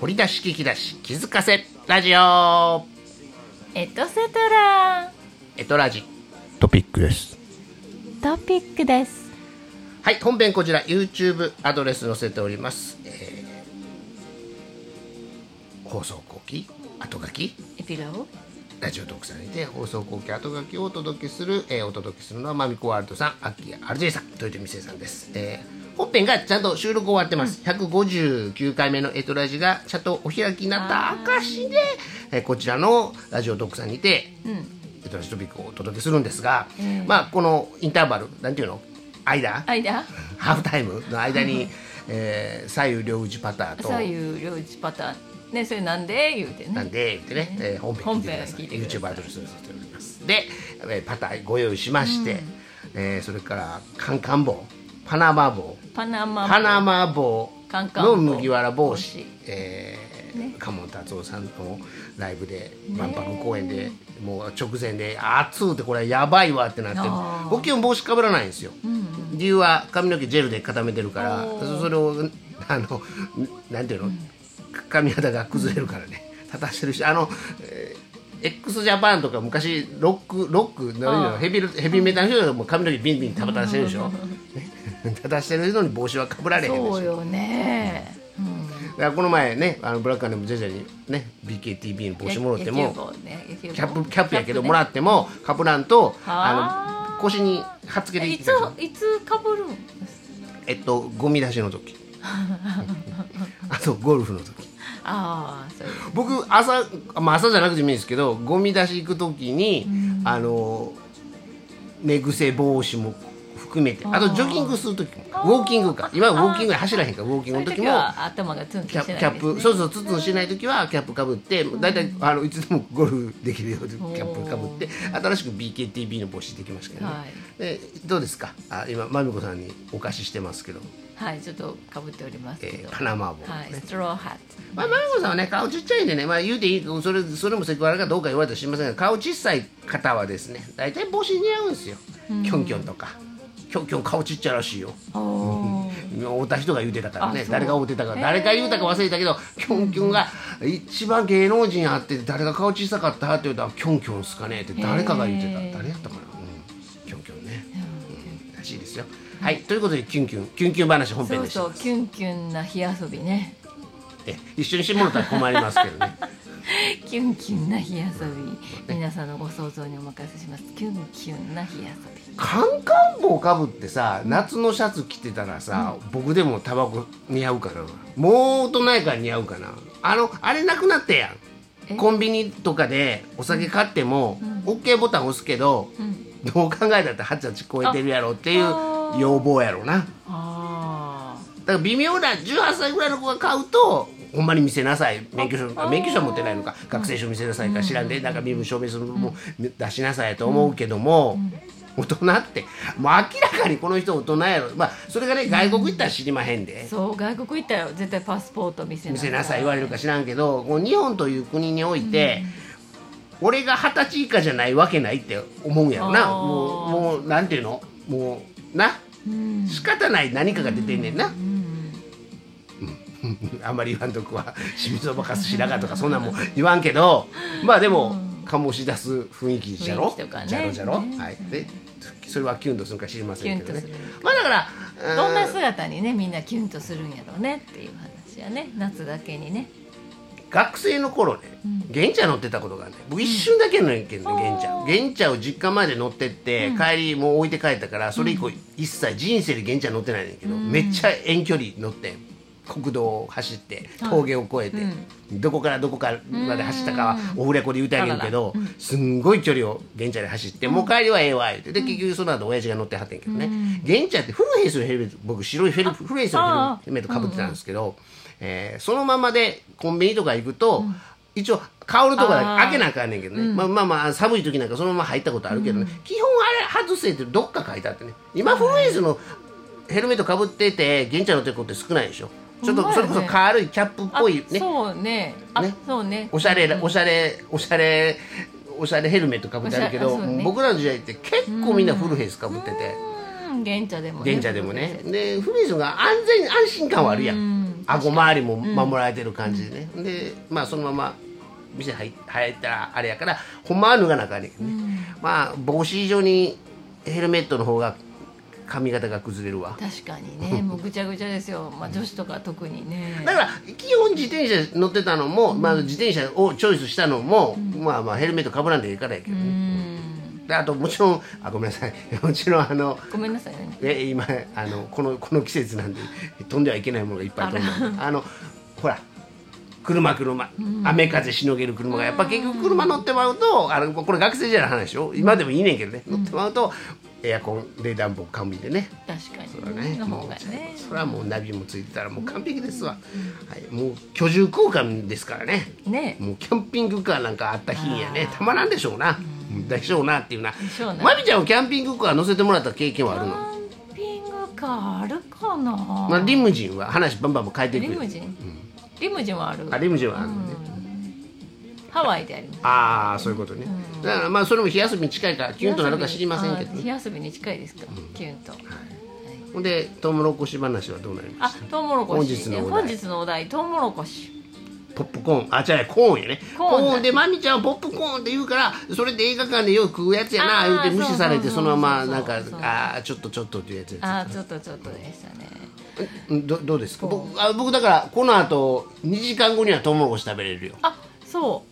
掘り出し聞き出し気づかせラジオエトセトラエトラジトピックです。 トピックです。 はい、本編こちら YouTube アドレス載せております。放送後期後書きエピローグラジオ特産で放送後期後書きをお届けする、のはマミコワールドさん、アッキー RJ さん、豊臣美生さんです。本編がちゃんと収録終わってます。159回目のエトラジがちゃんとお開きになった証で、こちらのラジオ特産にて、エトラジトピックをお届けするんですが、まあこのインターバルなんていうの間ハーフタイムの間に、左右両打ちパターと左右両打ちパターンね、それなんで言うてね。 なんで言ってね、本編聞いてください。YouTube アドレスにしております。で、パターご用意しまして、それからカンカン帽、パナマ帽の麦わら帽子、鴨達夫さんのライブで万博公園でもう直前で熱うってこれやばいわってなって、僕基本帽子かぶらないんですよ。理由は髪の毛ジェルで固めてるから、それをなんていうの、髪型が崩れるからね、立たしてるし、x ジャパンとか昔ロックのヘビーメタルの人がもう髪の毛ビンビン立たしてるでしょ、立たしてる人に帽子はかぶられへんでしょ。 そうよね、 だからこの前ね、ブラックアンでもジェジェにね BKTB の帽子もらっても、キャップやけどもらってもかぶらんと腰にはっつけていってたでしょ。 いつかぶるんです？ ゴミ出しの時あとゴルフの時。 そういう僕朝じゃなくてもいいんですけど、ゴミ出し行く時に、寝癖防止も含めて、あとジョギングする時も、ウォーキングか、今はウォーキングで走らへんから、ウォーキングの時も頭がツンとしないですね。 キャップ、そうそう、ツンツンしない時はキャップかぶって、だいたいいつでもゴルフできるようにキャップかぶって、新しく BKTB の帽子できましたけどね、どうですか？今まみこさんにお貸ししてますけど、 はい、ちょっとかぶっておりますけど、 パナマ帽、 ストローハット。 まみこさんはね、顔ちっちゃいんでね、言うていい、それもセクハラかどうか言われたら知りませんが、顔小さい方はですね、大体帽子似合うんですよ。キョンキョンとか。キョンキョン顔ちっちゃらしいよ。会った人が言うてたからね、誰が会うてたか、誰が言うたか忘れたけど、キョンキョンが一番芸能人あって誰が顔小さかったって言うたらキョンキョンっすかねって誰かが言うてた。誰やったかな、キョンキョンね、らしいですよ。はい、ということでキュンキュン話本編でした。 そうキュンキュンな火遊びね。 一緒にしてもらったら困りますけどね。 キュンキュンな火遊び、皆さんのご想像にお任せします。キュンキュンな火遊び。 カンカン帽かぶってさ、夏のシャツ着てたらさ、僕でもタバコ似合うかな。もう大人やから似合うかな。あれなくなってやん。コンビニとかでお酒買っても、OK ボタン押すけど、どう考えたって20歳超えてるやろっていう要望やろな。だから微妙な18歳ぐらいの子が買うと、ほんまに見せなさい、免許証は持ってないのか、学生証見せなさいか知らんで、なんか身分証明するのも出しなさいと思うけども、大人ってもう明らかにこの人大人やろ。それがね、外国行ったら知りまへんで、 そう外国行ったら絶対パスポート見せなさい言われるか知らんけど、もう日本という国において、俺が20歳以下じゃないわけないって思うんやろな。もうなんていうの、もうな、仕方ない何かが出てんねんな。あんまり言わんとくわ、清水をばかす白髪とかそんなんも言わんけど、でも醸し出す雰囲気じゃろ、じゃろ、はい。でそれはキュンとするか知りませんけどね。だからどんな姿にね、みんなキュンとするんやろうねっていう話やね。夏だけにね。 学生の頃ね、玄茶乗ってたことがあるね。僕一瞬だけ乗るけどね、玄茶を実家まで乗ってって、帰りもう置いて帰ったから、それ以降一切人生で玄茶乗ってないねんけど、めっちゃ遠距離乗って国道を走って峠を越えて、どこからどこかまで走ったかはオフレコで言うてあげるけど、すんごい距離を玄茶で走って、もう帰りはええわ言うて、で結局その後親父が乗ってはってんけどね、玄茶ってフルフェイスのヘルメット、僕白いフルフェイスのヘルメットかぶってたんですけど、そのままでコンビニとか行くと、一応香るとこだけ開けなあかんねんけどね、寒い時なんかそのまま入ったことあるけどね、基本あれ外せってどっか書いてあってね、今フルフェイスのヘルメットかぶってて玄茶乗ってる子って少ないでしょ。ちょっとそれこそ軽いキャップっぽいね。 そうね。そうね。 おしゃれヘルメットかぶってあるけど、僕らの時代って結構みんなフルフェイスかぶってて。 玄茶でもね。 でフルフェイスが安心感はあるやん。 顎周りも守られてる感じでね、でまあそのまま店入ったらあれやからほんまは脱がなあかんねんけどね、まあ帽子以上にヘルメットの方が髪型が崩れるわ。 確かにね、もうぐちゃぐちゃですよ、まあ、女子とか特にね。 だから基本自転車乗ってたのも、まあ、自転車をチョイスしたのも、まあまあヘルメットかぶらんでいいからやけどね、であともちろんごめんなさいもちろんごめんなさいね今この季節なんで飛んではいけないものがいっぱい飛んでるほら車、雨風しのげる車がやっぱ結局車乗ってまうとこれ学生時代の話でしょ、今でもいいねんけどね、乗ってまうとエアコン冷暖房完備でね、 確かにそれはねの方がね、 それはもうナビもついてたらもう完璧ですわ、はい、もう居住空間ですからね、もうキャンピングカーなんかあった日にはねたまらんでしょうな、でしょうなっていうな。まみちゃんはキャンピングカー乗せてもらった経験はあるの？ キャンピングカーあるかな、 まあ、リムジンは話バンバン変えていくよ。 リムジンはある。 リムジンはあるね、 ハワイであります。 ああそういうことね、だからまあそれも火遊びに近いからキュンとなるか知りませんけど、 火遊びに近いですか、キュンと。 ほんでトウモロコシ話はどうなりました？ トウモロコシ、 本日のお題トウモロコシ、 ポップコーン、違うコーンやね、コーンでまみちゃんはポップコーンって言うからそれで映画館でよく食うやつやな言うて無視されてそのままなんかちょっとっていうやつやちょっとでしたね。 どうですか？僕だからこの後2時間後にはトウモロコシ食べれるよ。 そう、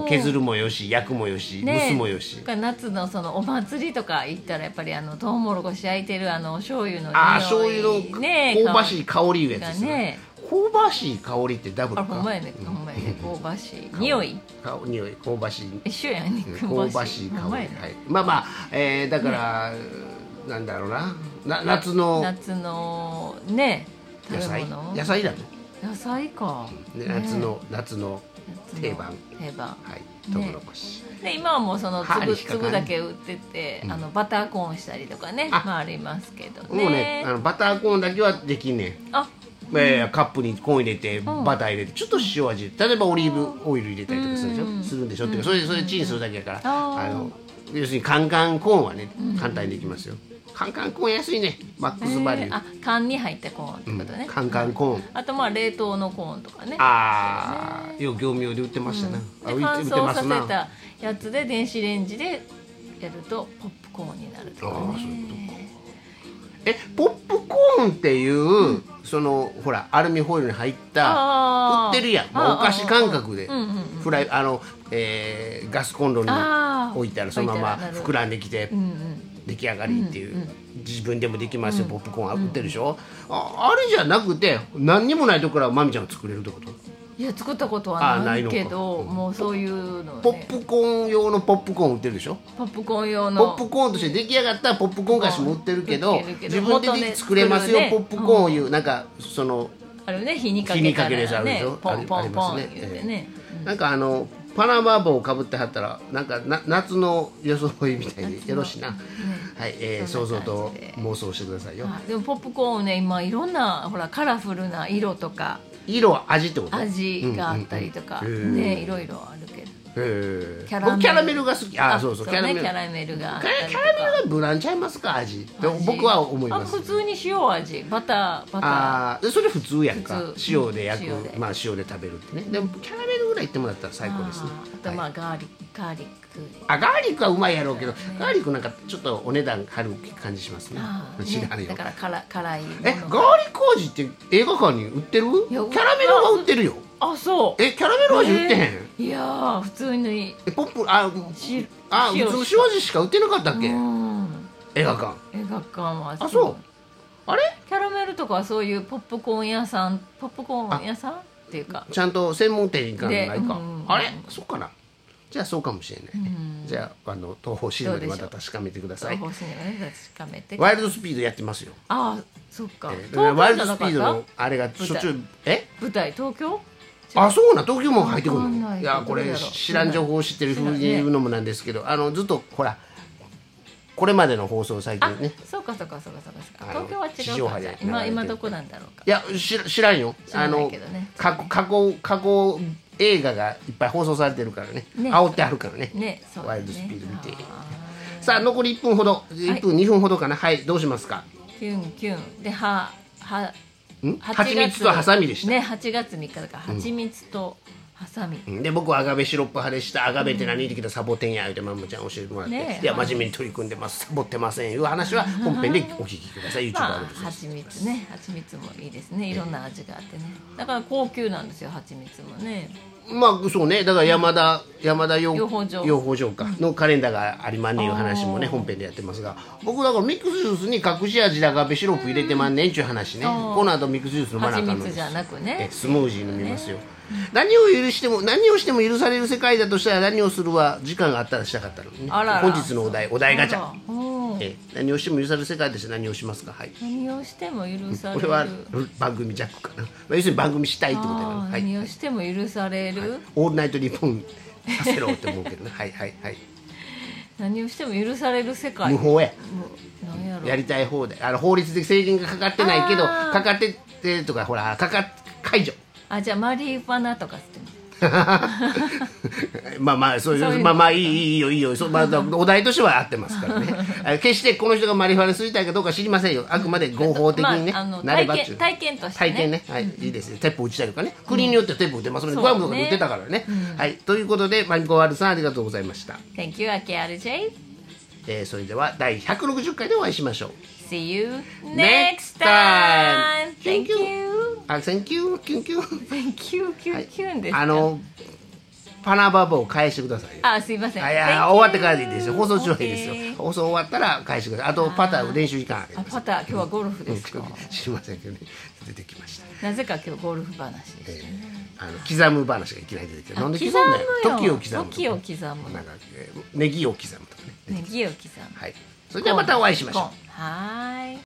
削るもよし焼くもよし蒸すもよし、 夏のそのお祭りとか行ったらやっぱりトウモロコシ焼いてる醤油の醤油の香ばしい香りいうやつですね。香ばしい香りってダブルか。 ほんまやね香ばしい匂い香ばしい一緒やね香ばしい香り、はい、まあだからなんだろうな夏のね野菜だね。 野菜か。 夏の定番トウモロコシ。 で今はもうその粒だけ売っててバターコーンしたりとかねありますけどね。 もうねバターコーンだけはできんねん。カップにコーン入れてバター入れてちょっと塩味、例えばオリーブオイル入れたりとかするんでしょっていうか、それチンするだけやから要するにカンカンコーンはね簡単にできますよ。カンカンコーン安いね、マックスバリュー。 缶に入ったコーンってことね。 カンカンコーン。 あと冷凍のコーンとかね。 よう業務用で売ってましたな。 乾燥させたやつで電子レンジでやるとポップコーンになるとかね。 ポップコーンっていうそのほらアルミホイルに入った売ってるやん、お菓子感覚でフライガスコンロに置いたらそのまま膨らんできて出来上がりっていう、自分でもできますよ、ポップコーン売ってるでしょ。あれじゃなくて何にもないところからまみちゃんが作れるってこと？ いや作ったことはないけど、もうそういうの、 ポップコーン用のポップコーン売ってるでしょ。 ポップコーン用のポップコーンとして出来上がったポップコーン菓子も売ってるけど、自分で作れますよ、ポップコーンいうなんかそのあるね、火にかけたらねポンポンポン言ってね、なんかパナマ帽をかぶってはったらなんか夏の装いみたいでよろしいな。はい、想像と妄想してくださいよ。 でもポップコーンね、今いろんなほらカラフルな色とか味ってこと？ 味があったりとかね、いろいろあるけど。 僕キャラメルが好き。そうキャラメル。 キャラメルがキャラメルがブランちゃいますか、味。僕は思います。 普通に塩味、バター。 それ普通やんか。塩で焼く、塩で食べるってね。でもキャラメルぐらいいってもらったら最高ですね。 あとガーリック。 ガーリックはうまいやろうけど、ガーリックなんかちょっとお値段張る感じしますね。 だから辛い。 ガーリック味って映画館に売ってる？キャラメルは売ってるよ。 そう。 キャラメル味売ってへん？ いや普通にポップ普通の塩味しか売ってなかったっけ？映画館は。そう。あれ？ キャラメルとかはそういうポップコーン屋さんっていうかちゃんと専門店に行かないか。あれ？そうかな。じゃあそうかもしれないね。じゃあ東宝シネマでまた確かめてください。 東宝シネマで確かめて。 ワイルドスピードやってますよ。 そっか。 ワイルドスピードのあれがしょっちゅう舞台東京？ そうな、東京も入ってくるの。いやこれ知らん情報を知ってる風に言うのもなんですけど、ずっとほらこれまでの放送最近ね。 そうか。東京は違うか。今どこなんだろうか。 いや知らんよ。過去映画がいっぱい放送されてるからね。煽ってあるからね。ワイルドスピード見て。さあ残り1分ほど、1分2分ほどかな。はい、どうしますか。 キュンキュンで蜂蜜とハサミでした。 ね、8月3日だから蜂蜜とハサミ。 で僕はアガベシロップ派でした。アガベって何言ってきたサボテンや言うてマムちゃん教えてもらって、 ね、 いや真面目に取り組んでますサボってませんいう話は本編でお聞きください。YouTube あるんです。 蜂蜜ね、蜂蜜もいいですね。いろんな味があってね。だから高級なんですよ、蜂蜜もね。 まあそうね、だから山田養蜂場かのカレンダーがありまんねんいう話もね本編でやってますが、僕だからミックスジュースに隠し味でアガベシロップ入れてまんねんっちゅう話ね。この後ミックスジュース飲まなあかんのです。 蜂蜜じゃなくね、 スムージー飲みますよ。何をしても許される世界だとしたら何をするは時間があったらしたかったのね。本日のお題ガチャ。何をしても許される世界として何をしますか。はい。 何をしても許される。 これは番組ジャックかな。要するに番組したいってことだよね。 何をしても許される。 オールナイトニッポンさせろって思うけどね。はいはいはい。 何をしても許される世界。 無法や。 何やろ。 やりたい方で法律で制限がかかってないけどかかっててとかほら解除。 じゃあマリーファナとかしてもまあそういうまあいいよお題としては合ってますからね。決してこの人がマリファナ吸いたいかどうか知りませんよ。あくまで合法的にねなればっちゅう体験として体験ね。はいいいですよ。鉄砲撃ちたりとかね、国によって鉄砲撃ってますのでグアムとかで撃ってたからね。はいということでマリコワールさんありがとうございました。 Thank you AKRJ。 それでは第160回でお会いしましょう。 See you next time. Thank you. Thank you キュンキュン Thank you キュンキュンですか。 パナババを返してくださいよ。 すいません。 終わってからでいいですよ。放送中はいいですよ。放送終わったら返してください。あとパター練習時間あります。 パター今日はゴルフですか。 知りませんけどね出てきました。 なぜか今日ゴルフ話でしたね。 刻む話がいきなり出てきて、なんで刻むのよ。時を刻む。 時を刻む。 なんかネギを刻むとかね。 ネギを刻む。 はい。それではまたお会いしましょう。 はい。